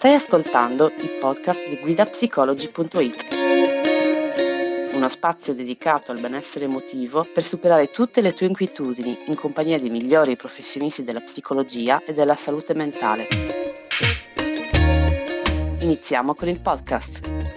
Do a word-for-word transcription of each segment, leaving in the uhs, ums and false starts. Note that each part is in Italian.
Stai ascoltando il podcast di guida psicologi punto it, uno spazio dedicato al benessere emotivo per superare tutte le tue inquietudini in compagnia dei migliori professionisti della psicologia e della salute mentale. Iniziamo con il podcast.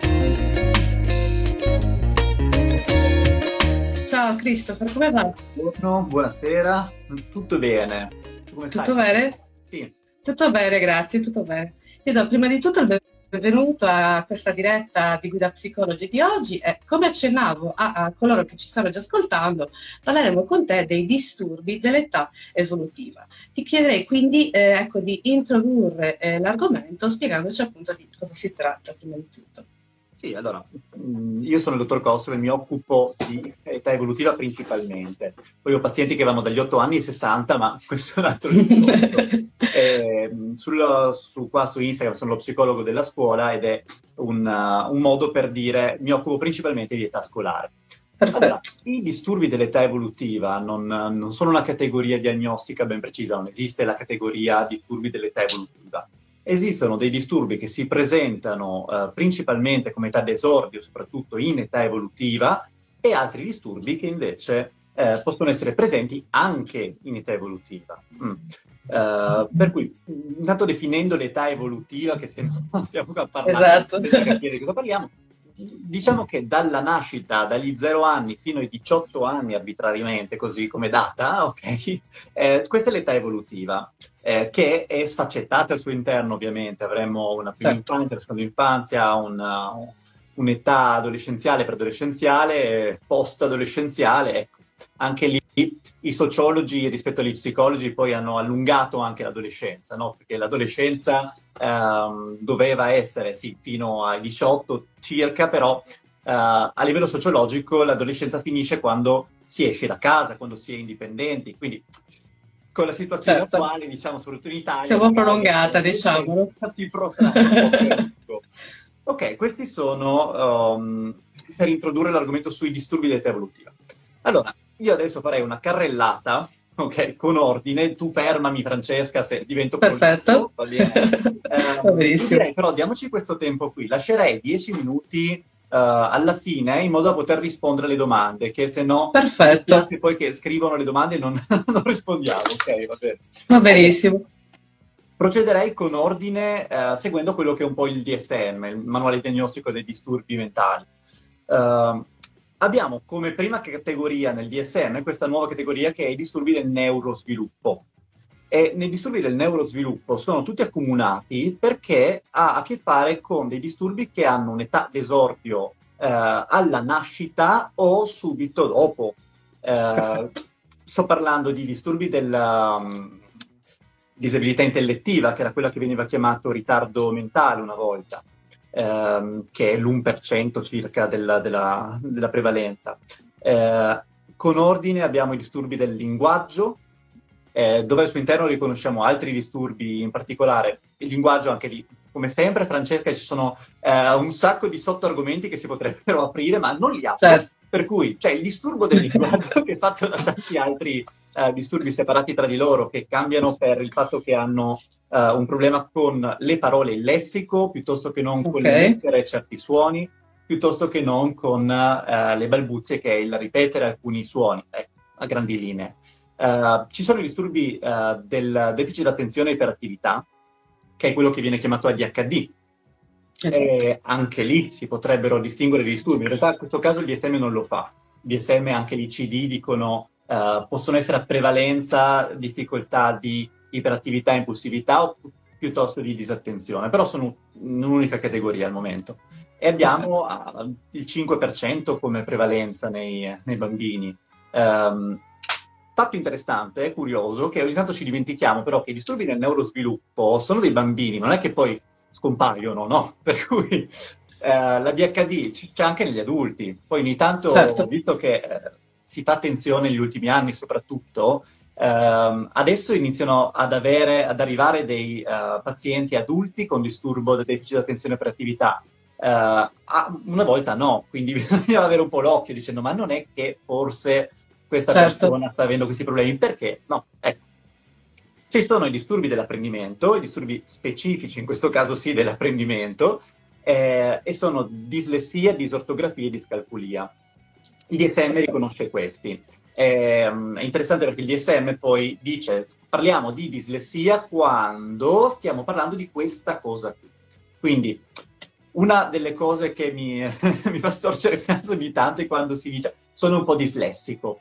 Ciao Christopher, come va? Buongiorno, buonasera, tutto bene? Come Tutto stai? bene? Sì. Tutto bene, grazie, tutto bene. Ti do prima di tutto il benvenuto a questa diretta di Guida Psicologi di oggi e come accennavo a, a coloro che ci stanno già ascoltando, parleremo con te dei disturbi dell'età evolutiva. Ti chiederei quindi eh, ecco, di introdurre eh, l'argomento spiegandoci appunto di cosa si tratta prima di tutto. Sì, allora, io sono il dottor Cossolo e mi occupo di età evolutiva principalmente. Poi ho pazienti che vanno dagli otto anni ai sessanta, ma questo è un altro discorso. eh, sul, su, qua su Instagram sono lo psicologo della scuola ed è un, uh, un modo per dire mi occupo principalmente di età scolare. Allora, i disturbi dell'età evolutiva non, non sono una categoria diagnostica ben precisa, non esiste la categoria disturbi dell'età evolutiva. Esistono dei disturbi che si presentano eh, principalmente come età d'esordio, soprattutto in età evolutiva, e altri disturbi che invece eh, possono essere presenti anche in età evolutiva. Mm. Uh, per cui, intanto definendo l'età evolutiva, che stiamo, stiamo a parlare, esatto. per capire di cosa parliamo, diciamo che dalla nascita, dagli zero anni fino ai diciotto anni arbitrariamente, così come data, ok? Eh, questa è l'età evolutiva. Eh, che è sfaccettata al suo interno, ovviamente. Avremo una prima certo. infanzia, una seconda infanzia, una, un'età adolescenziale, preadolescenziale, post-adolescenziale. Ecco, anche lì i sociologi rispetto agli psicologi poi hanno allungato anche l'adolescenza, no? Perché l'adolescenza ehm, doveva essere, sì, fino ai diciotto circa, però eh, a livello sociologico l'adolescenza finisce quando si esce da casa, quando si è indipendenti, quindi con la situazione certo. attuale, diciamo, soprattutto in Italia... Siamo prolungata, diciamo. Si protrae. Ok, questi sono um, per introdurre l'argomento sui disturbi dell'età evolutiva. Allora, io adesso farei una carrellata, ok, con ordine. Tu fermami, Francesca, se divento perfetto. Prolifico, va bene. Eh, Va benissimo. direi, però diamoci questo tempo qui. Lascerei dieci minuti Uh, alla fine, in modo da poter rispondere alle domande, che se no perfetto. poi che scrivono le domande non, non rispondiamo, ok? Va bene. Va benissimo. Procederei con ordine uh, seguendo quello che è un po' il D S M, il manuale diagnostico dei disturbi mentali. Uh, abbiamo come prima categoria nel D S M questa nuova categoria che è i disturbi del neurosviluppo. E nei disturbi del neurosviluppo sono tutti accomunati perché ha a che fare con dei disturbi che hanno un'età d'esordio eh, alla nascita o subito dopo. Eh, sto parlando di disturbi della um, disabilità intellettiva, che era quella che veniva chiamato ritardo mentale una volta, ehm, che è l'uno per cento circa della, della, della prevalenza. Eh, con ordine abbiamo i disturbi del linguaggio, Eh, dove al suo interno riconosciamo altri disturbi, in particolare il linguaggio. Anche lì, come sempre, Francesca, ci sono eh, un sacco di sottoargomenti che si potrebbero aprire, ma non li apro. Certo. Per cui c'è il disturbo del linguaggio che è fatto da tanti altri eh, disturbi separati tra di loro, che cambiano per il fatto che hanno eh, un problema con le parole e il lessico, piuttosto che non con okay. le lettere e certi suoni, piuttosto che non con eh, le balbuzie, che è il ripetere alcuni suoni, ecco, a grandi linee. Uh, ci sono i disturbi uh, del deficit d'attenzione e iperattività, che è quello che viene chiamato A D H D. Esatto. E anche lì si potrebbero distinguere dei disturbi. In realtà in questo caso il D S M non lo fa. Il D S M, anche l'I C D, dicono uh, possono essere a prevalenza difficoltà di iperattività e impulsività o piuttosto di disattenzione, però sono un'unica categoria al momento. E abbiamo uh, il cinque per cento come prevalenza nei, nei bambini. Um, Fatto interessante, curioso, che ogni tanto ci dimentichiamo però che i disturbi del neurosviluppo sono dei bambini, non è che poi scompaiono, no? Per cui eh, l'A D H D c'è anche negli adulti. Poi ogni tanto, certo. visto che eh, si fa attenzione negli ultimi anni soprattutto, ehm, adesso iniziano ad avere, ad arrivare dei uh, pazienti adulti con disturbo del deficit di attenzione e iperattività. Uh, una volta no, quindi bisogna avere un po' l'occhio dicendo ma non è che forse questa certo. persona sta avendo questi problemi, perché no, ecco, Ci sono i disturbi dell'apprendimento, i disturbi specifici, in questo caso sì, dell'apprendimento, eh, e sono dislessia, disortografia e discalculia. Il D S M riconosce questi. È, è interessante perché il D S M poi dice parliamo di dislessia quando stiamo parlando di questa cosa qui. Quindi una delle cose che mi, mi fa storcere il naso ogni tanto è quando si dice sono un po' dislessico.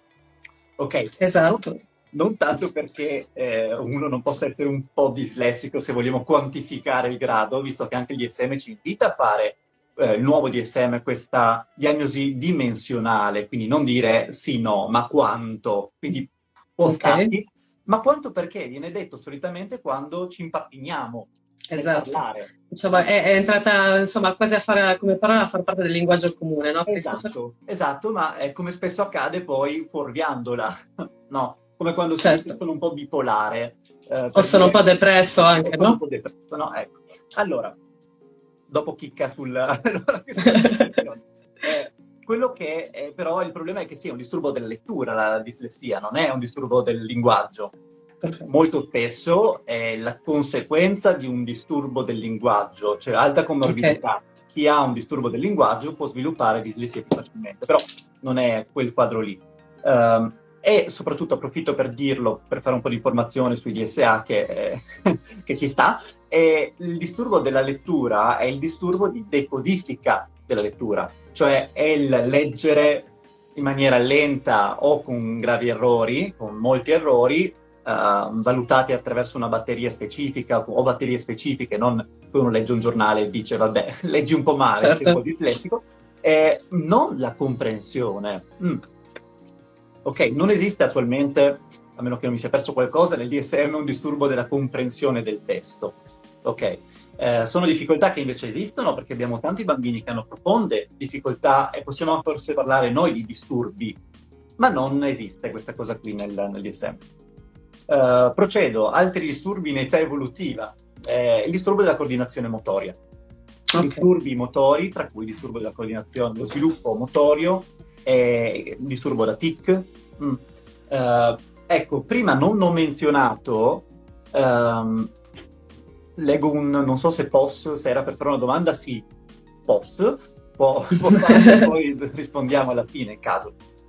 Ok? Esatto. Non, non tanto perché eh, uno non possa essere un po' dislessico se vogliamo quantificare il grado, visto che anche il D S M ci invita a fare eh, il nuovo D S M, questa diagnosi dimensionale, quindi non dire sì, no, ma quanto, quindi può Ok. starti, ma quanto perché viene detto solitamente quando ci impappiniamo nel Esatto. parlare. Diciamo, è, è entrata insomma quasi a fare come parola a far parte del linguaggio comune, no, Christopher? Esatto, esatto, ma è come spesso accade poi fuorviandola, no? Come quando si Certo. dice sono un po' bipolare. Eh, O sono un po' dire- depresso anche, sono un no? po' depresso, no? Ecco. Allora, dopo chicca sul... allora, questa definizione. Eh, quello che è, però il problema è che sia un disturbo della lettura, la dislessia, non è un disturbo del linguaggio. Perfetto. Molto spesso è la conseguenza di un disturbo del linguaggio, cioè alta comorbidità. Chi ha un disturbo del linguaggio può sviluppare dislessia più facilmente, però non è quel quadro lì. Um, e soprattutto approfitto per dirlo, per fare un po' di informazione sui D S A che, eh, che ci sta, e il disturbo della lettura è il disturbo di decodifica della lettura, cioè è il leggere in maniera lenta o con gravi errori, con molti errori, Uh, valutati attraverso una batteria specifica o batterie specifiche, non che uno legge un giornale e dice vabbè, leggi un po' male, Certo. sei un po' dislessico, eh, non la comprensione. Mm. Ok, non esiste attualmente, a meno che non mi sia perso qualcosa, nel D S M un disturbo della comprensione del testo. Ok, eh, sono difficoltà che invece esistono perché abbiamo tanti bambini che hanno profonde difficoltà e possiamo forse parlare noi di disturbi, ma non esiste questa cosa qui nel, nel D S M. Uh, procedo, altri disturbi in età evolutiva, eh, il disturbo della coordinazione motoria. Ok. Disturbi motori, tra cui il disturbo della coordinazione, lo sviluppo motorio, e il disturbo da tic. Mm. Uh, ecco, prima non ho menzionato, um, leggo un, non so se posso, se era per fare una domanda, sì, posso, può, può fare, poi rispondiamo alla fine, in caso.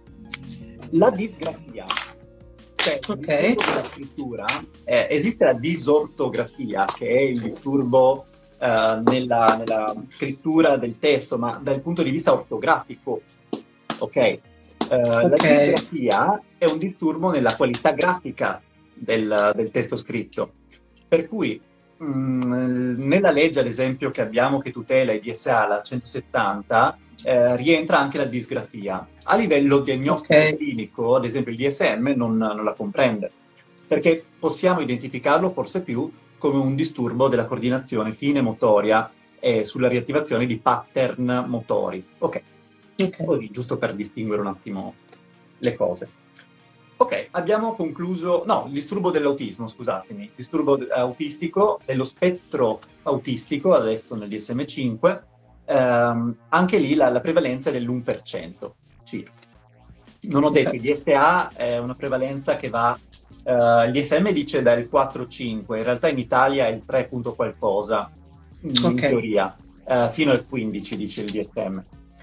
La disgrafia. Cioè, Ok. il disturbo della scrittura, eh, esiste la disortografia, che è il disturbo eh, nella, nella scrittura del testo, ma dal punto di vista ortografico. Ok? Eh, Ok. La disgrafia è un disturbo nella qualità grafica del, del testo scritto. Per cui mh, nella legge, ad esempio, che abbiamo che tutela i D S A, la centosettanta, Eh, rientra anche la disgrafia. A livello diagnostico Ok. clinico, ad esempio il D S M non, non la comprende, perché possiamo identificarlo forse più come un disturbo della coordinazione fine motoria e sulla riattivazione di pattern motori. Ok, Ok. così giusto per distinguere un attimo le cose. Ok, abbiamo concluso, no, il disturbo dell'autismo, scusatemi, il disturbo autistico, dello spettro autistico, adesso nel D S M cinque, ehm, anche lì la, la prevalenza è dell'uno per cento circa. Non ho detto, il D S A è una prevalenza che va, eh, il D S M dice dal quattro cinque, in realtà in Italia è il tre punto qualcosa, in Ok. teoria, eh, fino al quindici dice il D S M.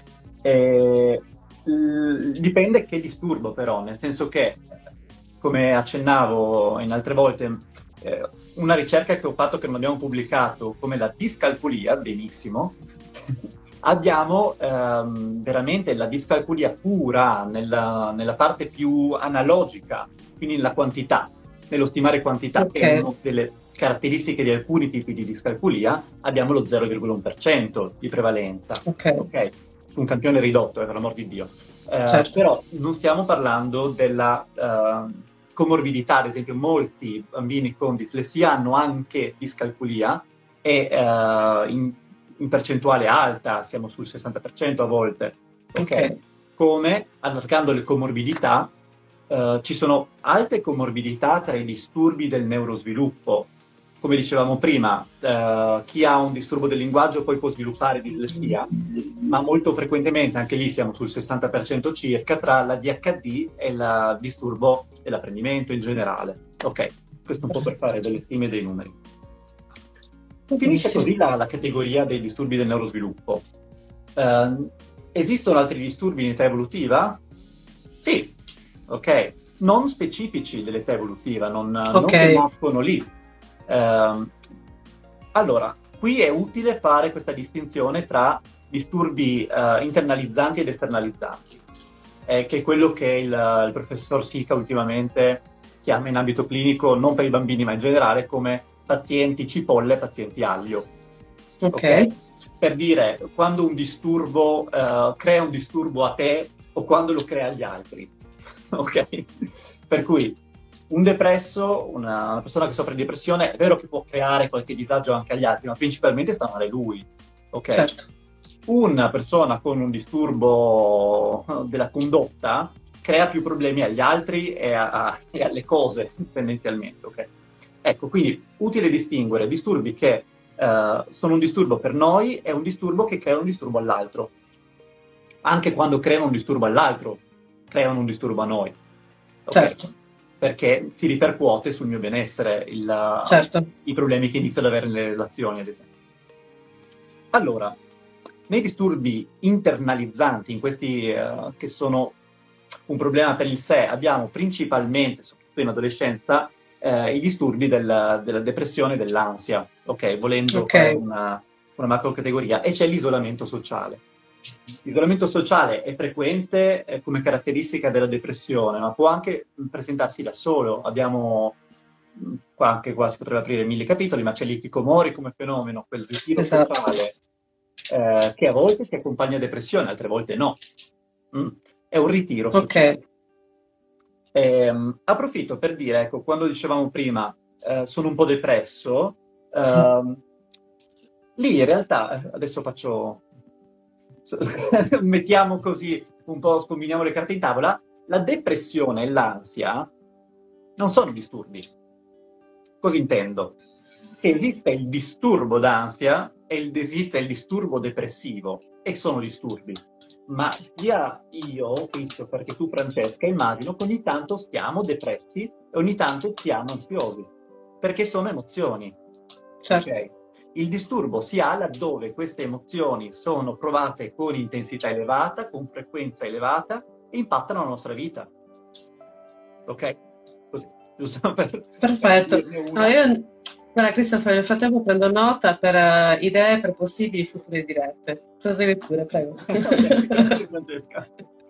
Eh, l- dipende che disturbo però, nel senso che, come accennavo in altre volte, eh, una ricerca che ho fatto che non abbiamo pubblicato, come la discalculia, benissimo, abbiamo ehm, veramente la discalculia pura nella, nella parte più analogica, quindi nella quantità, nello stimare quantità, Ok. che è una delle caratteristiche di alcuni tipi di discalculia, abbiamo lo zero virgola uno per cento di prevalenza. Ok. Ok, su un campione ridotto, eh, per l'amor di Dio. Eh, Certo. Però non stiamo parlando della eh, comorbidità, ad esempio molti bambini con dislessia hanno anche discalculia e eh, in, in percentuale alta, siamo sul sessanta per cento a volte. Ok, Ok. come allargando le comorbidità, eh, ci sono alte comorbidità tra i disturbi del neurosviluppo. Come dicevamo prima, eh, chi ha un disturbo del linguaggio poi può sviluppare dislessia, ma molto frequentemente, anche lì siamo sul sessanta per cento circa, tra la D H D e il disturbo dell'apprendimento in generale. Ok, Questo un po' per fare delle stime e dei numeri. Benissimo. Finisce così la, la categoria dei disturbi del neurosviluppo. Uh, esistono altri disturbi in età evolutiva? Sì, ok. Non specifici dell'età evolutiva, non, Ok. non che nascono lì. Uh, allora, qui è utile fare questa distinzione tra disturbi uh, internalizzanti ed esternalizzanti, eh, che è quello che il, il professor Sica ultimamente chiama in ambito clinico, non per i bambini ma in generale, come pazienti cipolle, pazienti aglio. Ok. Okay? Per dire, quando un disturbo uh, crea un disturbo a te o quando lo crea agli altri. Ok? Per cui un depresso, una, una persona che soffre di depressione, è vero che può creare qualche disagio anche agli altri, ma principalmente sta male lui. Ok? Certo. Una persona con un disturbo della condotta crea più problemi agli altri e, a, e alle cose, tendenzialmente. Ok? Ecco, quindi utile distinguere disturbi che uh, sono un disturbo per noi e un disturbo che crea un disturbo all'altro. Anche quando creano un disturbo all'altro, creano un disturbo a noi. Okay? Certo. Perché si ripercuote sul mio benessere il, Certo. i problemi che inizio ad avere nelle relazioni, ad esempio. Allora, nei disturbi internalizzanti, in questi uh, che sono un problema per il sé, abbiamo principalmente, soprattutto in adolescenza, eh, i disturbi del, della depressione e dell'ansia, ok? Volendo Ok. fare una, una macro categoria, e c'è l'isolamento sociale. L'isolamento sociale è frequente eh, come caratteristica della depressione, ma può anche presentarsi da solo. Abbiamo, qua anche qua si potrebbe aprire mille capitoli, ma c'è l'ikikomori come fenomeno, quel ritiro Esatto. sociale eh, che a volte si accompagna a depressione, altre volte no. Mm. È un ritiro sociale. Ok. Eh, approfitto per dire, ecco, quando dicevamo prima eh, sono un po' depresso, eh, lì in realtà, adesso faccio, mettiamo così un po', scombiniamo le carte in tavola, la depressione e l'ansia non sono disturbi. Cosa intendo? Che esiste il disturbo d'ansia e il, esiste il disturbo depressivo, e sono disturbi. Ma sia io, Christopher, che tu, Francesca, immagino che ogni tanto stiamo depressi e ogni tanto stiamo ansiosi, perché sono emozioni. Certo. Okay? Il disturbo si ha laddove queste emozioni sono provate con intensità elevata, con frequenza elevata, e impattano la nostra vita. Ok? Così, giusto per... Perfetto. per dirne una. No, io, guarda, Christopher, nel frattempo prendo nota per uh, idee per possibili future dirette. Prosegui pure, prego. Grazie, Francesca.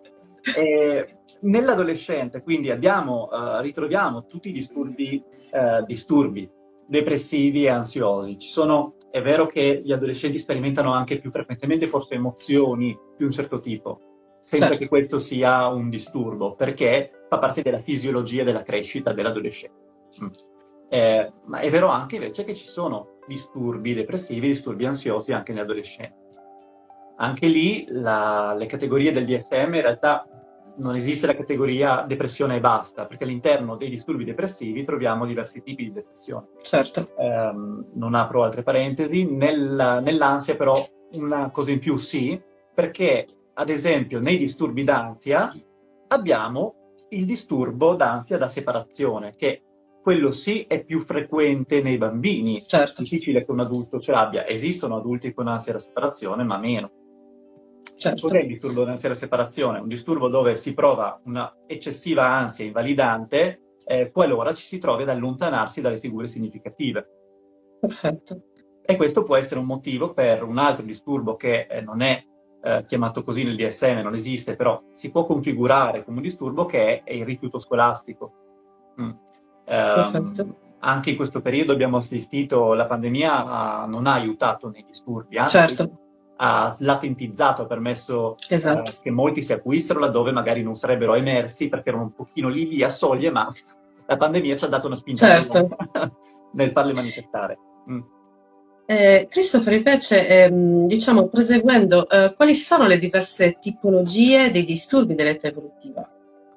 E nell'adolescente, quindi, abbiamo, uh, ritroviamo tutti i disturbi, uh, disturbi depressivi e ansiosi. Ci sono, è vero che gli adolescenti sperimentano anche più frequentemente forse emozioni di un certo tipo, senza Certo. che questo sia un disturbo, perché fa parte della fisiologia della crescita dell'adolescente. Mm. Eh, ma è vero anche invece che ci sono disturbi depressivi, disturbi ansiosi anche negli adolescenti. Anche lì la, le categorie del D S M, in realtà non esiste la categoria depressione e basta, perché all'interno dei disturbi depressivi troviamo diversi tipi di depressione. Certo. Um, non apro altre parentesi. Nella, nell'ansia però una cosa in più sì, perché ad esempio nei disturbi d'ansia abbiamo il disturbo d'ansia da separazione, che quello sì è più frequente nei bambini. Certo. È difficile che un adulto ce l'abbia. Esistono adulti con ansia da separazione, ma meno. Certo. Cos'è il disturbo d'ansia da separazione? Un disturbo dove si prova una eccessiva ansia invalidante eh, qualora ci si trovi ad allontanarsi dalle figure significative. Perfetto. E questo può essere un motivo per un altro disturbo che eh, non è eh, chiamato così nel D S M, non esiste, però si può configurare come un disturbo, che è il rifiuto scolastico. Mm. Perfetto. Um, anche in questo periodo abbiamo assistito, la pandemia a, non ha aiutato nei disturbi, anzi Certo. ha slatentizzato, ha permesso Esatto. eh, che molti si acuissero laddove magari non sarebbero emersi perché erano un pochino lì lì a soglie, ma la pandemia ci ha dato una spinta Certo. nel farle manifestare. Mm. Eh, Christopher, invece, ehm, diciamo, proseguendo, eh, quali sono le diverse tipologie dei disturbi dell'età evolutiva?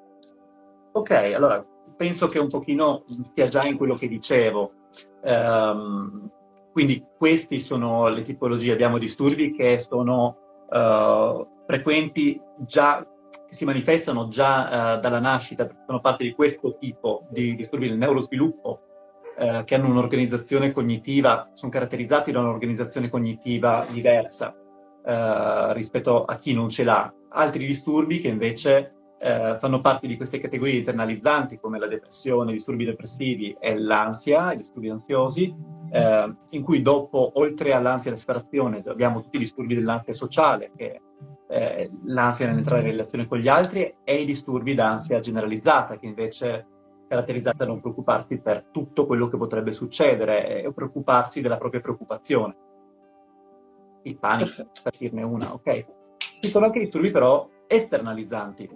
Ok, allora penso che un pochino stia già in quello che dicevo. Um, quindi queste sono le tipologie. Abbiamo disturbi che sono uh, frequenti già, che si manifestano già uh, dalla nascita, perché sono parte di questo tipo di disturbi del neurosviluppo, eh, che hanno un'organizzazione cognitiva, sono caratterizzati da un'organizzazione cognitiva diversa eh, rispetto a chi non ce l'ha. Altri disturbi che invece eh, fanno parte di queste categorie internalizzanti, come la depressione, i disturbi depressivi e l'ansia, i disturbi ansiosi, eh, in cui dopo, oltre all'ansia e alla separazione, abbiamo tutti i disturbi dell'ansia sociale, che Eh, l'ansia nell'entrare in relazione con gli altri, e i disturbi d'ansia generalizzata, che invece è caratterizzata da non preoccuparsi per tutto quello che potrebbe succedere e preoccuparsi della propria preoccupazione. Il panico, per dirne una, ok? Ci sono anche i disturbi però esternalizzanti,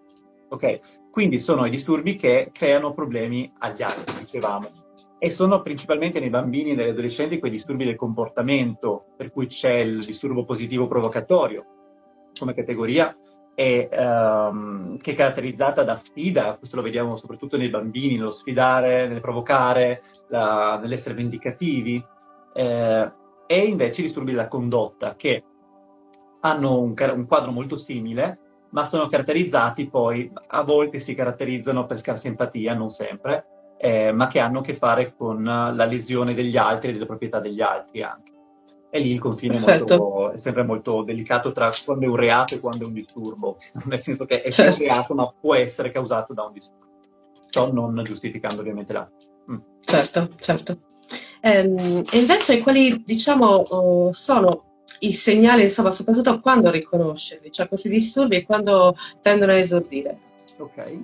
ok? Quindi sono i disturbi che creano problemi agli altri, dicevamo. E sono principalmente nei bambini e negli adolescenti quei disturbi del comportamento, per cui c'è il disturbo positivo provocatorio come categoria, e, um, che è caratterizzata da sfida. Questo lo vediamo soprattutto nei bambini, nello sfidare, nel provocare, la, nell'essere vendicativi, eh, e invece i disturbi della condotta, che hanno un, un quadro molto simile, ma sono caratterizzati poi, a volte si caratterizzano per scarsa empatia, non sempre, eh, ma che hanno a che fare con la lesione degli altri e delle proprietà degli altri anche. E lì il confine è, molto, è sempre molto delicato tra quando è un reato e quando è un disturbo, nel senso che è certo. un reato ma può essere causato da un disturbo, ciò non giustificando ovviamente l'atto. Mm. Certo, certo. Ehm, e invece quali, diciamo, oh, sono i segnali, insomma, soprattutto quando riconoscerli, cioè questi disturbi e quando tendono a esordire? Ok.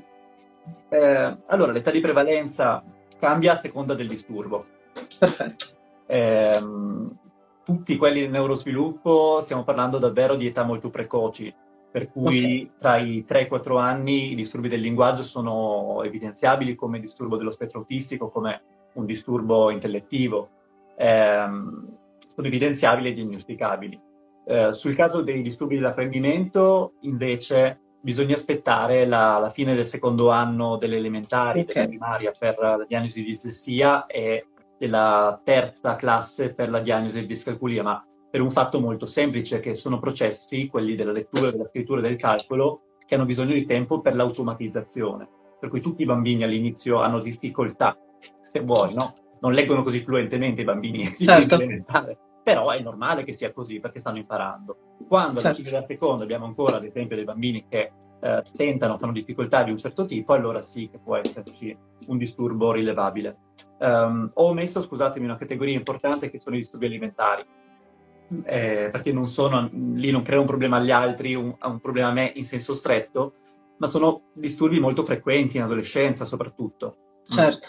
Eh, allora, l'età di prevalenza cambia a seconda del disturbo. Perfetto. Eh, tutti quelli del neurosviluppo stiamo parlando davvero di età molto precoci, per cui okay. tra i tre e i quattro anni i disturbi del linguaggio sono evidenziabili come disturbo dello spettro autistico, come un disturbo intellettivo, eh, sono evidenziabili e diagnosticabili. Eh, sul caso dei disturbi dell'apprendimento invece bisogna aspettare la, la fine del secondo anno delle elementari, okay. della primaria, per la diagnosi di dislessia, e della terza classe per la diagnosi di discalculia, ma per un fatto molto semplice, che sono processi, quelli della lettura, della scrittura e del calcolo, che hanno bisogno di tempo per l'automatizzazione. Per cui tutti i bambini all'inizio hanno difficoltà, se vuoi, no? Non leggono così fluentemente i bambini certo. elementari, però è normale che sia così perché stanno imparando. Quando alla certo. fine della seconda abbiamo ancora, ad esempio, dei bambini che eh, tentano, fanno difficoltà di un certo tipo, allora sì che può esserci un disturbo rilevabile. Um, ho omesso, scusatemi, una categoria importante, che sono i disturbi alimentari, eh, perché non sono, lì non creo un problema agli altri, un, un problema a me in senso stretto, ma sono disturbi molto frequenti in adolescenza soprattutto. Certo.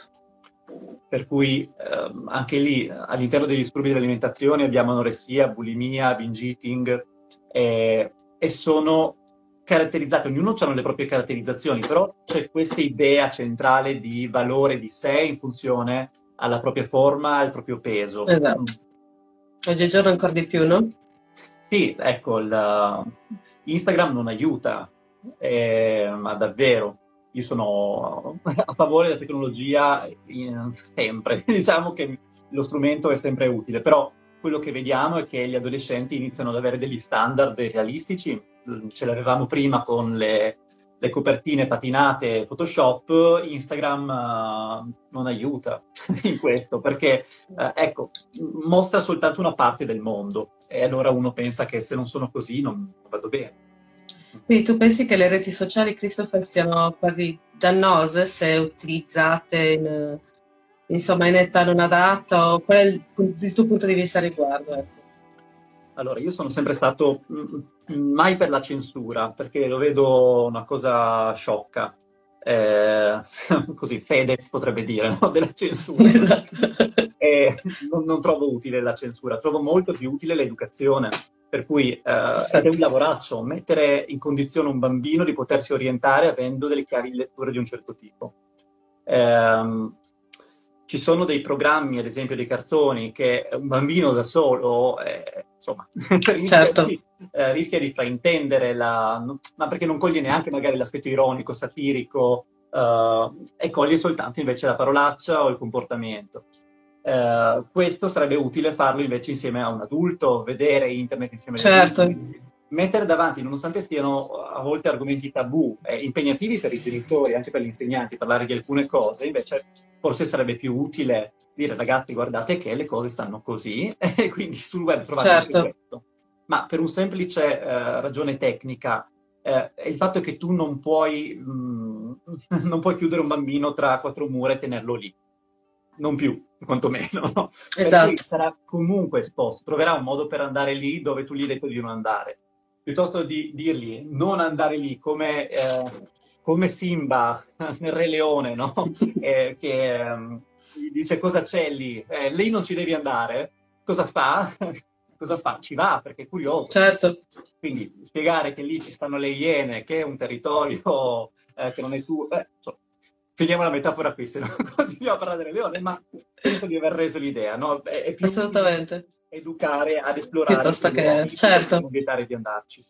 Per cui ehm, anche lì, all'interno degli disturbi dell'alimentazione abbiamo anoressia, bulimia, binge eating, eh, e sono caratterizzati, ognuno ha le proprie caratterizzazioni, però c'è questa idea centrale di valore di sé in funzione alla propria forma, al proprio peso. Esatto. Oggigiorno ancora di più, no? Sì, ecco, il, Instagram non aiuta, eh, ma davvero. Io sono a favore della tecnologia in, sempre, diciamo che lo strumento è sempre utile, però quello che vediamo è che gli adolescenti iniziano ad avere degli standard realistici. Ce l'avevamo prima con le, le copertine patinate Photoshop. Instagram uh, non aiuta in questo, perché uh, ecco, mostra soltanto una parte del mondo, e allora uno pensa che se non sono così non vado bene. Quindi tu pensi che le reti sociali, Christopher, siano quasi dannose se utilizzate in, insomma, in età non adatta? O qual è il, il tuo punto di vista a riguardo? Ecco. Allora, io sono sempre stato mh, mai per la censura, perché lo vedo una cosa sciocca. Eh, così Fedez potrebbe dire, no? Della censura. Esatto. E non, non trovo utile la censura, trovo molto più utile l'educazione. Per cui eh, è un lavoraccio mettere in condizione un bambino di potersi orientare avendo delle chiavi di lettura di un certo tipo. Eh, ci sono dei programmi, ad esempio dei cartoni, che un bambino da solo, eh, insomma, rischia, certo. di, eh, rischia di fraintendere, la, ma perché non coglie neanche magari l'aspetto ironico, satirico, eh, e coglie soltanto invece la parolaccia o il comportamento. Uh, questo sarebbe utile farlo invece insieme a un adulto, vedere internet insieme certo. agli adulti, mettere davanti, nonostante siano a volte argomenti tabù, eh, impegnativi per i genitori, anche per gli insegnanti, parlare di alcune cose, invece forse sarebbe più utile dire ragazzi guardate che le cose stanno così e quindi sul web trovate Certo. anche questo. Ma per un semplice eh, ragione tecnica, eh, il fatto è che tu non puoi, mh, non puoi chiudere un bambino tra quattro mura e tenerlo lì. Non più, quantomeno. No? Per Esatto. cui sarà comunque esposto, troverà un modo per andare lì dove tu gli hai detto di non andare. Piuttosto di dirgli non andare lì come, eh, come Simba nel Re Leone, no? eh, che ehm, gli dice cosa c'è lì? Eh, lì non ci devi andare. Cosa fa? Cosa fa? Ci va perché è curioso. Certo. Quindi spiegare che lì ci stanno le Iene, che è un territorio eh, che non è tuo. Eh, so, finiamo la metafora qui, se no continuiamo a parlare delle leone, ma penso di aver reso l'idea, no? È, è più Assolutamente. educare ad esplorare. Piuttosto che, certo. Non vietare di andarci.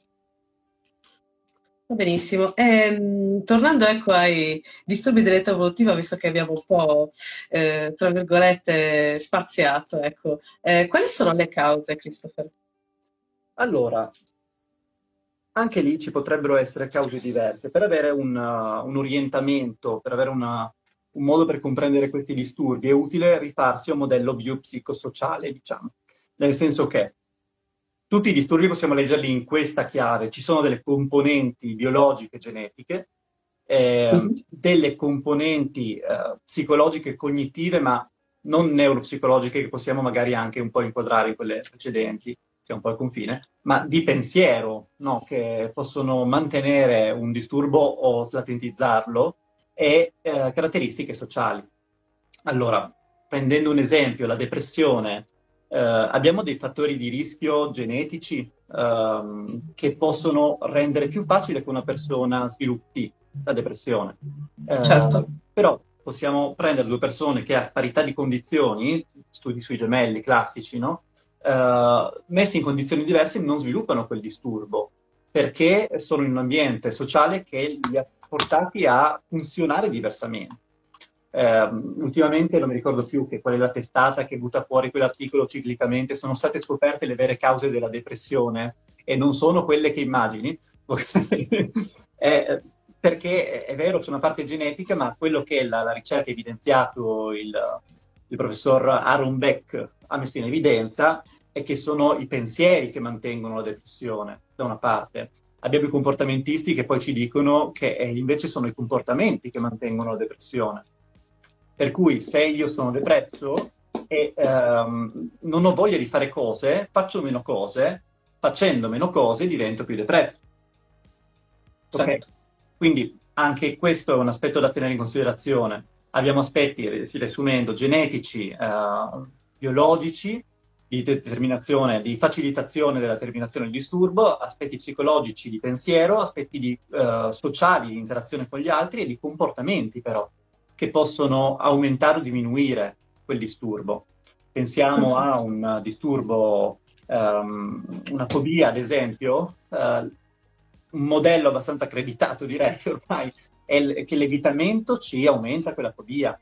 Va benissimo. Ehm, tornando ecco ai disturbi dell'età evolutiva, visto che abbiamo un po', eh, tra virgolette, spaziato, ecco, eh, quali sono le cause, Christopher? Allora, anche lì ci potrebbero essere cause diverse. Per avere un, uh, un orientamento, per avere una, un modo per comprendere questi disturbi, è utile rifarsi a un modello biopsicosociale, diciamo. Nel senso che tutti i disturbi possiamo leggerli in questa chiave. Ci sono delle componenti biologiche genetiche, eh, Mm-hmm. delle componenti eh, psicologiche e cognitive, ma non neuropsicologiche, che possiamo magari anche un po' inquadrare in quelle precedenti, siamo un po' al confine, ma di pensiero, no? Che possono mantenere un disturbo o slatentizzarlo, e eh, caratteristiche sociali. Allora, prendendo un esempio, la depressione, eh, abbiamo dei fattori di rischio genetici ehm, che possono rendere più facile che una persona sviluppi la depressione. Eh, Certo. Però possiamo prendere due persone che a parità di condizioni, studi sui gemelli classici, no? Uh, messi in condizioni diverse non sviluppano quel disturbo perché sono in un ambiente sociale che li ha portati a funzionare diversamente. Uh, ultimamente non mi ricordo più che qual è la testata che butta fuori quell'articolo ciclicamente, sono state scoperte le vere cause della depressione e non sono quelle che immagini. eh, perché è vero, c'è una parte genetica, ma quello che la, la ricerca ha evidenziato, il, il professor Aaron Beck ha messo in evidenza, è che sono i pensieri che mantengono la depressione, da una parte. Abbiamo i comportamentisti che poi ci dicono che eh, invece sono i comportamenti che mantengono la depressione. Per cui se io sono depresso e ehm, non ho voglia di fare cose, faccio meno cose, facendo meno cose divento più depresso. Ok? Certo. Quindi anche questo è un aspetto da tenere in considerazione. Abbiamo aspetti, riassumendo, genetici, eh, biologici, di determinazione, di facilitazione della terminazione del disturbo, aspetti psicologici di pensiero, aspetti di, eh, sociali di interazione con gli altri e di comportamenti però, che possono aumentare o diminuire quel disturbo. Pensiamo a un disturbo, um, una fobia ad esempio, uh, un modello abbastanza accreditato direi ormai è l- che l'evitamento ci aumenta quella fobia.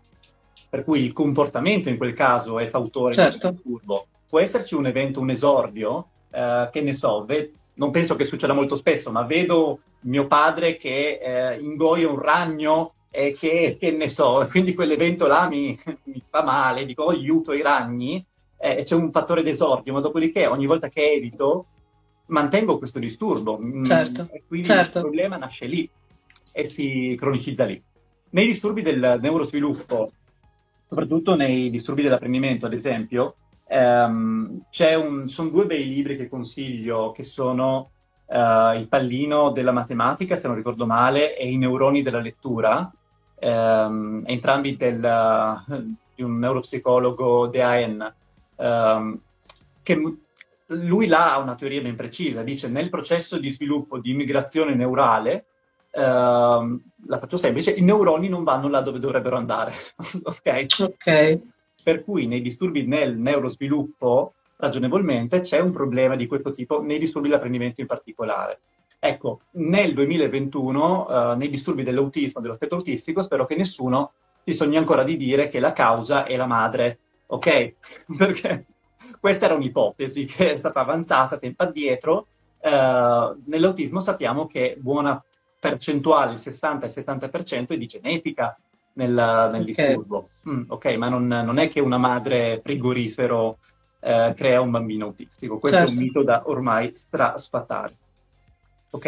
Per cui il comportamento in quel caso è fautore Certo. del disturbo. Può esserci un evento, un esordio, eh, che ne so, ve- non penso che succeda molto spesso, ma vedo mio padre che eh, ingoia un ragno e che, che ne so, quindi quell'evento là mi, mi fa male, dico oh, aiuto i ragni, eh, c'è un fattore d'esordio, ma dopodiché ogni volta che evito mantengo questo disturbo. Certo. E quindi Certo. il problema nasce lì e si cronicizza lì. Nei disturbi del neurosviluppo, soprattutto nei disturbi dell'apprendimento, ad esempio, ehm, c'è un, sono due bei libri che consiglio, che sono uh, Il pallino della matematica, se non ricordo male, e I neuroni della lettura, ehm, entrambi del, di un neuropsicologo D A N, ehm, che lui là ha una teoria ben precisa, dice nel processo di sviluppo di migrazione neurale, Uh, la faccio semplice, i neuroni non vanno là dove dovrebbero andare. Okay? Ok. Per cui nei disturbi nel neurosviluppo, ragionevolmente, c'è un problema di questo tipo, nei disturbi dell'apprendimento in particolare. Ecco, nel duemilaventuno, uh, nei disturbi dell'autismo, dello spettro autistico, spero che nessuno si sogni ancora di dire che la causa è la madre, ok? Perché questa era un'ipotesi che è stata avanzata tempo addietro. Uh, nell'autismo sappiamo che buona percentuale, il sessanta e il settanta per cento, è di genetica, nel, nel Ok. disturbo. Mm, ok, ma non, non è che una madre frigorifero eh, crea un bambino autistico. Questo è un Certo. mito da ormai stra-sfatare. Ok,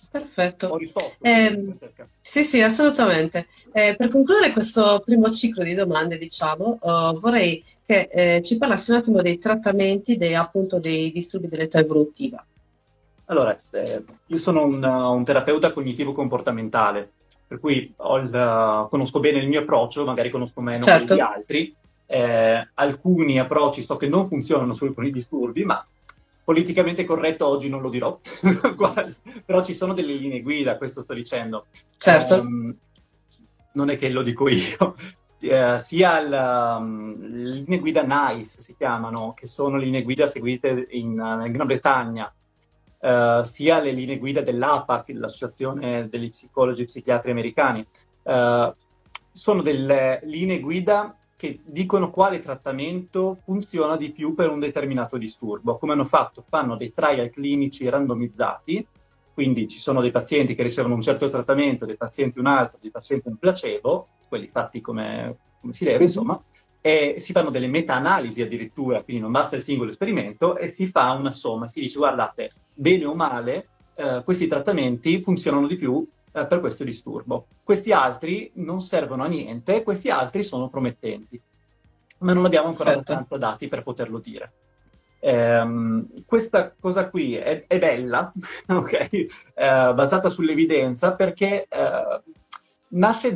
ho Perfetto. risposto. Ehm, sì, sì, assolutamente. Eh, per concludere questo primo ciclo di domande, diciamo, eh, vorrei che eh, ci parlassi un attimo dei trattamenti dei, appunto, dei disturbi dell'età evolutiva. Allora, eh, io sono un, un terapeuta cognitivo-comportamentale, per cui ho il- conosco bene il mio approccio, magari conosco meno quelli di Certo, altri. Eh, alcuni approcci so che non funzionano su alcuni disturbi, ma politicamente corretto oggi non lo dirò, Guarda, però ci sono delle linee guida, questo sto dicendo. certo. Ehm, non è che lo dico io, eh, sia il, um, le linee guida NICE si chiamano, che sono linee guida seguite in, uh, in Gran Bretagna, uh, sia le linee guida dell'A P A C, l'Associazione degli Psicologi e Psichiatri Americani. Uh, sono delle linee guida che dicono quale trattamento funziona di più per un determinato disturbo. Come hanno fatto? Fanno dei trial clinici randomizzati, quindi ci sono dei pazienti che ricevono un certo trattamento, dei pazienti un altro, dei pazienti un placebo, quelli fatti come, come si deve, insomma, e si fanno delle meta-analisi addirittura, quindi non basta il singolo esperimento, e si fa una somma, si dice guardate, bene o male, eh, questi trattamenti funzionano di più eh, per questo disturbo. Questi altri non servono a niente, questi altri sono promettenti, ma non abbiamo ancora Perfetto. abbastanza dati per poterlo dire. Um, questa cosa qui è, è bella, ok? Uh, basata sull'evidenza, perché uh, nasce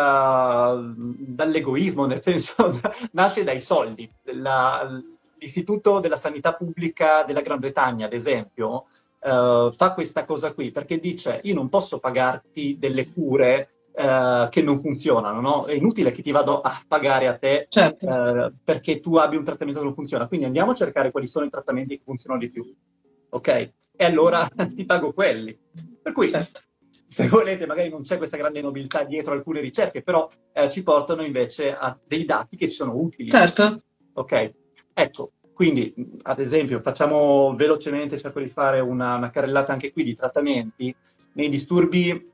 dal, dall'egoismo, nel senso, nasce dai soldi. La, L'Istituto della Sanità Pubblica della Gran Bretagna, ad esempio, uh, fa questa cosa qui, perché dice io non posso pagarti delle cure Uh, che non funzionano, no? È inutile che ti vado a pagare a te Certo. uh, perché tu abbia un trattamento che non funziona. Quindi andiamo a cercare quali sono i trattamenti che funzionano di più, ok? E allora ti pago quelli. Per cui, Certo. se volete, magari non c'è questa grande nobiltà dietro alcune ricerche, però eh, ci portano invece a dei dati che ci sono utili. Certo. Ok? Ecco, quindi, ad esempio, facciamo velocemente, cerco di fare una, una carrellata anche qui di trattamenti. Nei disturbi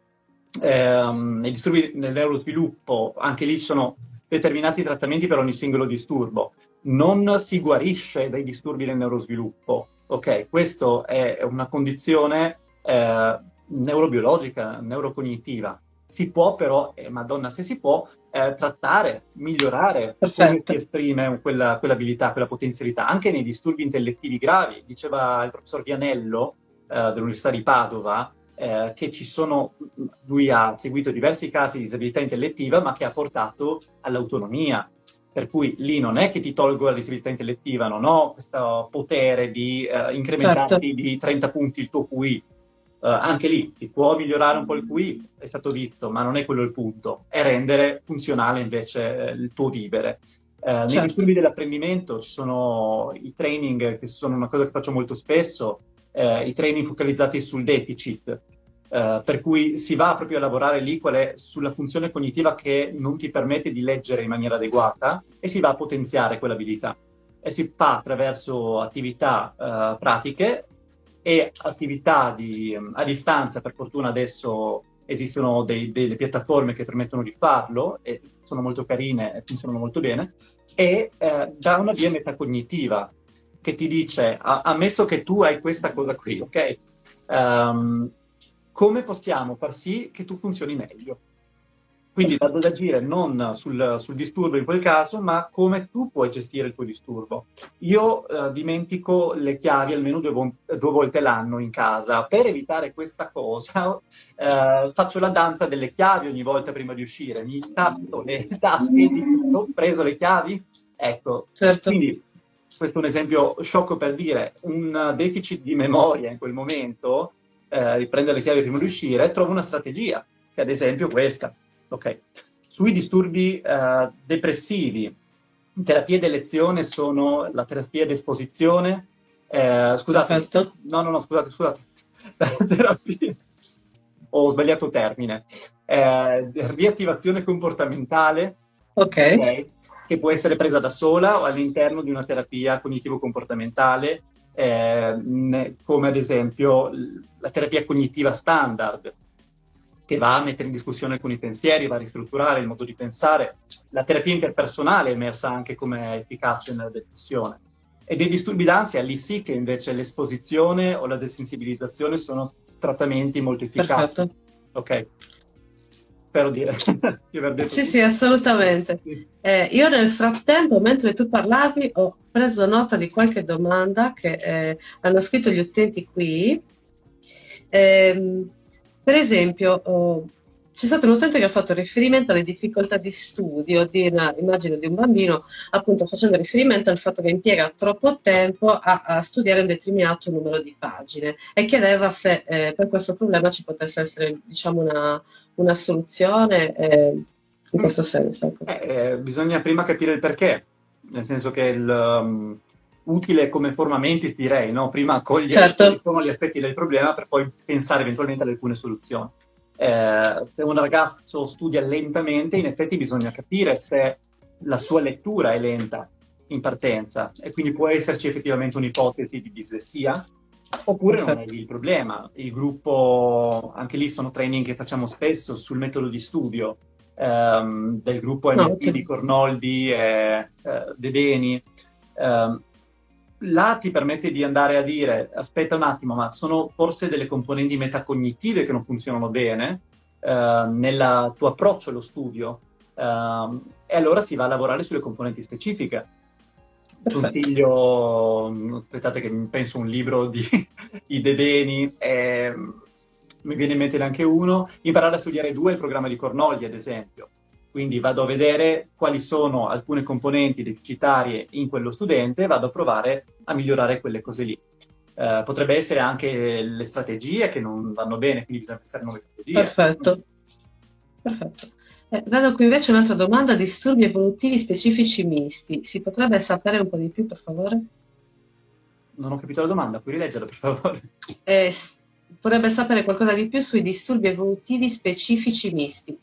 Ehm, nei disturbi nel neurosviluppo, anche lì ci sono determinati trattamenti per ogni singolo disturbo. Non si guarisce dai disturbi del neurosviluppo, ok? Questa è una condizione eh, neurobiologica, neurocognitiva. Si può però, eh, madonna se si può, eh, trattare, migliorare Perfetto. come si esprime quella, quell'abilità, quella potenzialità, anche nei disturbi intellettivi gravi. Diceva il professor Vianello eh, dell'Università di Padova, Eh, che ci sono, lui ha seguito diversi casi di disabilità intellettiva, ma che ha portato all'autonomia. Per cui lì non è che ti tolgo la disabilità intellettiva, non ho questo potere di eh, incrementarti Certo. di trenta punti il tuo Q I. Uh, anche lì si può migliorare un po' il Q I, è stato detto, ma non è quello il punto, è rendere funzionale invece eh, il tuo vivere. Uh, nei Certo. disturbi dell'apprendimento ci sono i training, che sono una cosa che faccio molto spesso, eh, i training focalizzati sul deficit, eh, per cui si va proprio a lavorare lì qual è, sulla funzione cognitiva che non ti permette di leggere in maniera adeguata, e si va a potenziare quell'abilità. E si fa attraverso attività eh, pratiche e attività di, a distanza. Per fortuna adesso esistono dei, delle piattaforme che permettono di farlo, e sono molto carine e funzionano molto bene, e eh, da una via metacognitiva, che ti dice, ammesso che tu hai questa cosa qui, ok? Um, come possiamo far sì che tu funzioni meglio? Quindi vado ad agire non sul, sul disturbo in quel caso, ma come tu puoi gestire il tuo disturbo. Io eh, dimentico le chiavi almeno due, vo- due volte l'anno in casa. Per evitare questa cosa eh, faccio la danza delle chiavi ogni volta prima di uscire. Mi tasto le tasche e dico, ho preso le chiavi? Ecco, Certo. quindi questo è un esempio sciocco per dire un deficit di memoria in quel momento, eh, riprendere le chiavi prima di uscire, trovo una strategia, che ad esempio questa. Ok. Sui disturbi uh, depressivi, terapie d'elezione sono la terapia d'esposizione. Eh, scusate, Perfetto. no, no, no, scusate, scusate. terapia... Ho sbagliato termine. Eh, riattivazione comportamentale, Ok. okay, che può essere presa da sola o all'interno di una terapia cognitivo-comportamentale, eh, come ad esempio la terapia cognitiva standard. che va a mettere in discussione alcuni pensieri, va a ristrutturare il modo di pensare. La terapia interpersonale è emersa anche come efficace nella depressione. E dei disturbi d'ansia, lì sì che invece l'esposizione o la desensibilizzazione sono trattamenti molto efficaci. Perfetto. Ok, spero di, di aver detto Sì, tutto. sì, assolutamente. Sì. Eh, io nel frattempo, mentre tu parlavi, ho preso nota di qualche domanda che eh, hanno scritto gli utenti qui. Ehm, per esempio, oh, c'è stato un utente che ha fatto riferimento alle difficoltà di studio di una, immagino, di un bambino, appunto facendo riferimento al fatto che impiega troppo tempo a, a studiare un determinato numero di pagine e chiedeva se eh, per questo problema ci potesse essere, diciamo, una, una soluzione eh, in questo senso. Ecco. Eh, eh, bisogna prima capire il perché, nel senso che il um, utile come forma mentis, direi, no? Prima cogliere Certo. gli aspetti del problema per poi pensare eventualmente ad alcune soluzioni. Eh, se un ragazzo studia lentamente, in effetti bisogna capire se la sua lettura è lenta in partenza e quindi può esserci effettivamente un'ipotesi di dislessia, oppure non è lì il problema. Il gruppo, anche lì sono training che facciamo spesso sul metodo di studio ehm, del gruppo M P no, di Cornoldi e eh, De Beni. Eh, là ti permette di andare a dire aspetta un attimo, ma sono forse delle componenti metacognitive che non funzionano bene eh, nel tuo approccio allo studio eh, e allora si va a lavorare sulle componenti specifiche. Perfetto. Consiglio, aspettate che mi penso un libro di, di De Beni, eh, mi viene in mente anche uno, imparare a studiare due il programma di Cornoldi ad esempio. Quindi vado a vedere quali sono alcune componenti deficitarie in quello studente e vado a provare a migliorare quelle cose lì. Uh, potrebbe essere anche le strategie che non vanno bene, quindi bisogna pensare a nuove strategie. Perfetto. Perfetto. Eh, vedo qui invece un'altra domanda: disturbi evolutivi specifici misti. Si potrebbe sapere un po' di più, per favore? Non ho capito la domanda, puoi rileggerla, per favore? Eh, vorrebbe sapere qualcosa di più sui disturbi evolutivi specifici misti.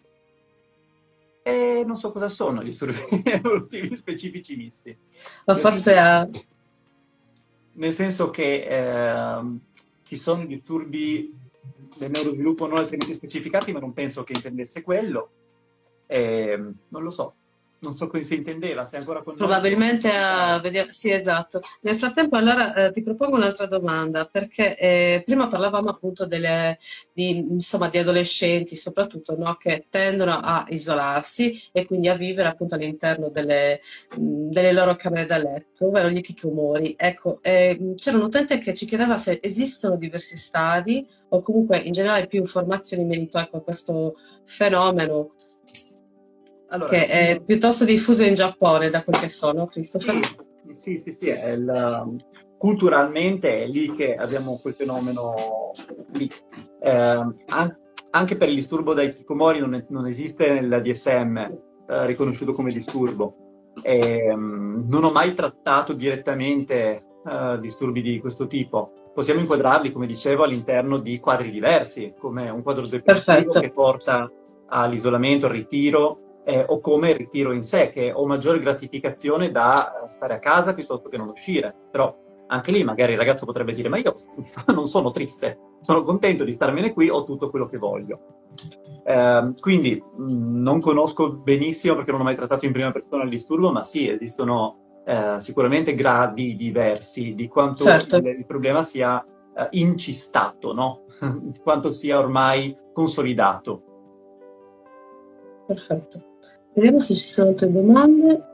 E non so cosa sono gli disturbi evolutivi specifici misti. O forse ha... Nel senso che eh, ci sono disturbi del neurosviluppo non altrimenti specificati, ma non penso che intendesse quello. Eh, non lo so. Non so come si intendeva, se ancora con probabilmente a, vediamo, sì, esatto. Nel frattempo allora eh, ti propongo un'altra domanda, perché eh, prima parlavamo appunto delle, di, insomma, di adolescenti soprattutto, no, che tendono a isolarsi e quindi a vivere appunto all'interno delle, delle loro camere da letto, ovvero gli hikikomori. Ecco, eh, c'era un utente che ci chiedeva se esistono diversi stadi o comunque in generale più informazioni in merito ecco, a questo fenomeno. Allora, che è io... piuttosto diffuso in Giappone, da quel che so, no, Christopher? Sì, sì, sì, è il, culturalmente è lì che abbiamo quel fenomeno lì. Eh, an- anche per il disturbo da hikikomori non, è, non esiste nel D S M eh, riconosciuto come disturbo. Eh, non ho mai trattato direttamente eh, disturbi di questo tipo. Possiamo inquadrarli, come dicevo, all'interno di quadri diversi, come un quadro depressivo che porta all'isolamento, al ritiro, Eh, o come il ritiro in sé, che ho maggiore gratificazione da stare a casa piuttosto che non uscire. Però anche lì magari il ragazzo potrebbe dire ma io non sono triste, sono contento di starmene qui, ho tutto quello che voglio. Eh, quindi mh, non conosco benissimo perché non ho mai trattato in prima persona il disturbo, ma sì, esistono eh, sicuramente gradi diversi di quanto certo. il, il problema sia eh, incistato, no? Di quanto sia ormai consolidato. Perfetto. Vediamo se ci sono altre domande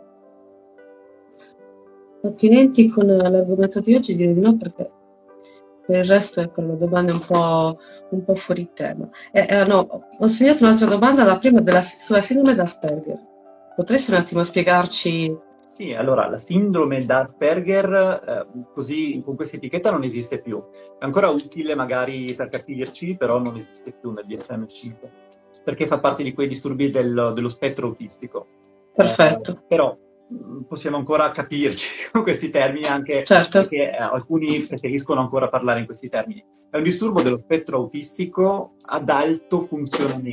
attinenti con l'argomento di oggi. Direi di no, perché per il resto ecco le domande un po', un po' fuori tema. Eh, eh, no, ho segnato un'altra domanda, la prima della, sulla sindrome d'Asperger. Potresti un attimo spiegarci? Sì, allora la sindrome d'Asperger, eh, così con questa etichetta non esiste più. È ancora utile magari per capirci, però non esiste più nel D S M cinque. Perché fa parte di quei disturbi del, dello spettro autistico. Perfetto. Eh, però mh, possiamo ancora capirci con questi termini, anche certo. perché eh, alcuni preferiscono ancora parlare in questi termini. È un disturbo dello spettro autistico ad alto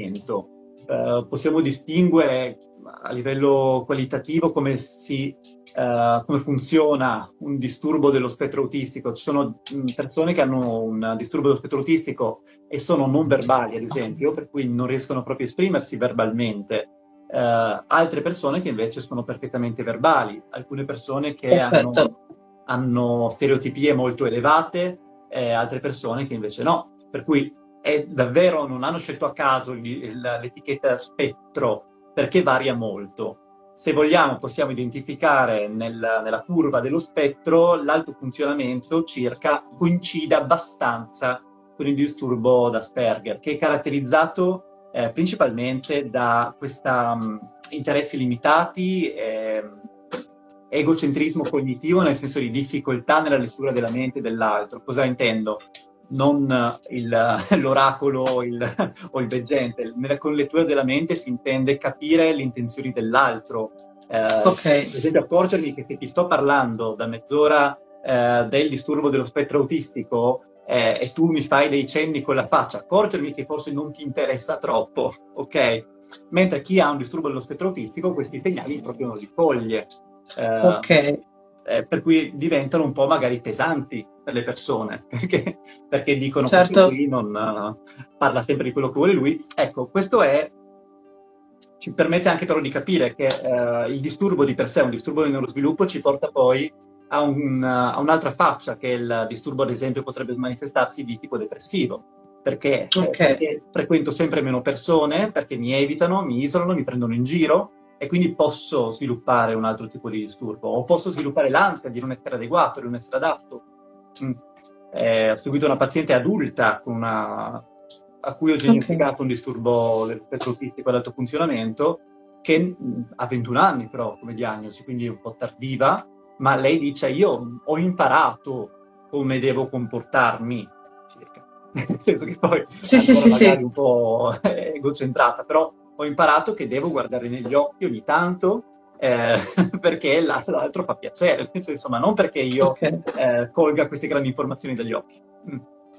funzionamento. Eh, possiamo distinguere a livello qualitativo come si uh, come funziona un disturbo dello spettro autistico. Ci sono mh, persone che hanno un disturbo dello spettro autistico e sono non verbali, ad esempio, per cui non riescono proprio a esprimersi verbalmente. Uh, altre persone che invece sono perfettamente verbali, alcune persone che hanno, hanno stereotipie molto elevate, e altre persone che invece no. Per cui è davvero, non hanno scelto a caso l'etichetta spettro, perché varia molto. Se vogliamo possiamo identificare nel, nella curva dello spettro l'alto funzionamento circa coincide abbastanza con il disturbo d'Asperger, che è caratterizzato eh, principalmente da questi um, interessi limitati, eh, egocentrismo cognitivo, nel senso di difficoltà nella lettura della mente dell'altro. Cosa intendo? Non il, l'oracolo il, o il veggente. Nella, con lettura della mente si intende capire le intenzioni dell'altro. Eh, okay. Per esempio, accorgermi che, che ti sto parlando da mezz'ora eh, del disturbo dello spettro autistico eh, e tu mi fai dei cenni con la faccia, accorgermi che forse non ti interessa troppo, ok? Mentre chi ha un disturbo dello spettro autistico questi segnali proprio non li coglie. Eh, ok. Eh, per cui diventano un po' magari pesanti per le persone, perché, perché dicono che certo. lui non uh, parla sempre di quello che vuole lui. Ecco, questo è, ci permette anche però di capire che uh, il disturbo di per sé, un disturbo del neurosviluppo, ci porta poi a, un, uh, a un'altra faccia, che il disturbo ad esempio potrebbe manifestarsi di tipo depressivo, perché, okay. eh, perché frequento sempre meno persone, perché mi evitano, mi isolano, mi prendono in giro, e quindi posso sviluppare un altro tipo di disturbo, o posso sviluppare l'ansia di non essere adeguato, di non essere adatto. Mm. Eh, ho seguito una paziente adulta con una, a cui ho diagnosticato okay. un disturbo dello spettro autistico ad alto funzionamento, che mh, ha ventuno anni però come diagnosi, quindi un po' tardiva, ma lei dice: io ho imparato come devo comportarmi, circa. Nel senso che poi sì, ancora sì, magari sì. un po' egocentrata, però ho imparato che devo guardare negli occhi ogni tanto eh, perché l'altro fa piacere, nel senso, ma non perché io okay. eh, colga queste grandi informazioni dagli occhi. Mm.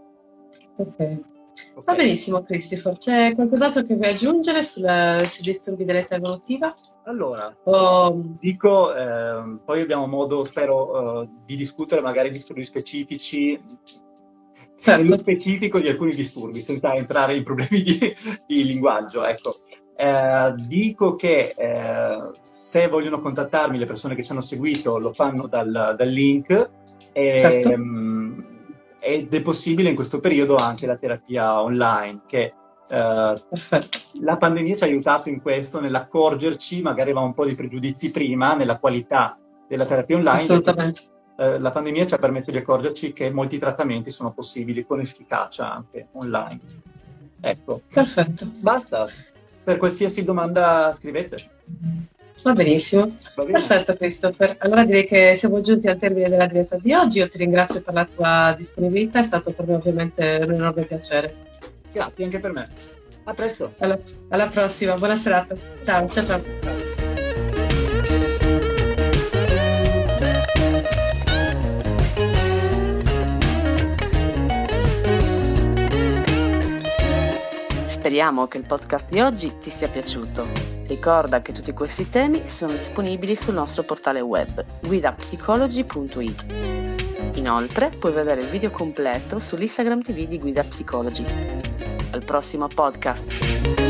Ok. Okay. Va benissimo, Christopher. C'è qualcos'altro che vuoi aggiungere sulla, sui disturbi dell'età evolutiva? Allora, oh. dico, eh, poi abbiamo modo, spero, uh, di discutere magari disturbi specifici, certo. nello specifico di alcuni disturbi, senza entrare in problemi di, di linguaggio, ecco. Eh, dico che eh, se vogliono contattarmi le persone che ci hanno seguito lo fanno dal, dal link e, certo. mh, ed è possibile in questo periodo anche la terapia online, che eh, la pandemia ci ha aiutato in questo, nell'accorgerci, magari avevamo un po' di pregiudizi prima, nella qualità della terapia online. Assolutamente. Eh, la pandemia ci ha permesso di accorgerci che molti trattamenti sono possibili con efficacia anche online. Ecco. Perfetto. Basta. Per qualsiasi domanda scrivete. Va benissimo. Va perfetto, Christopher. Allora direi che siamo giunti al termine della diretta di oggi. Io ti ringrazio per la tua disponibilità, è stato per me ovviamente un enorme piacere. Grazie anche per me. A presto. Alla, alla prossima, buona serata. Ciao, ciao, ciao. ciao. Speriamo che il podcast di oggi ti sia piaciuto. Ricorda che tutti questi temi sono disponibili sul nostro portale web guida psicology punto it. Inoltre puoi vedere il video completo sull'Instagram T V di Guida Psicology. Al prossimo podcast!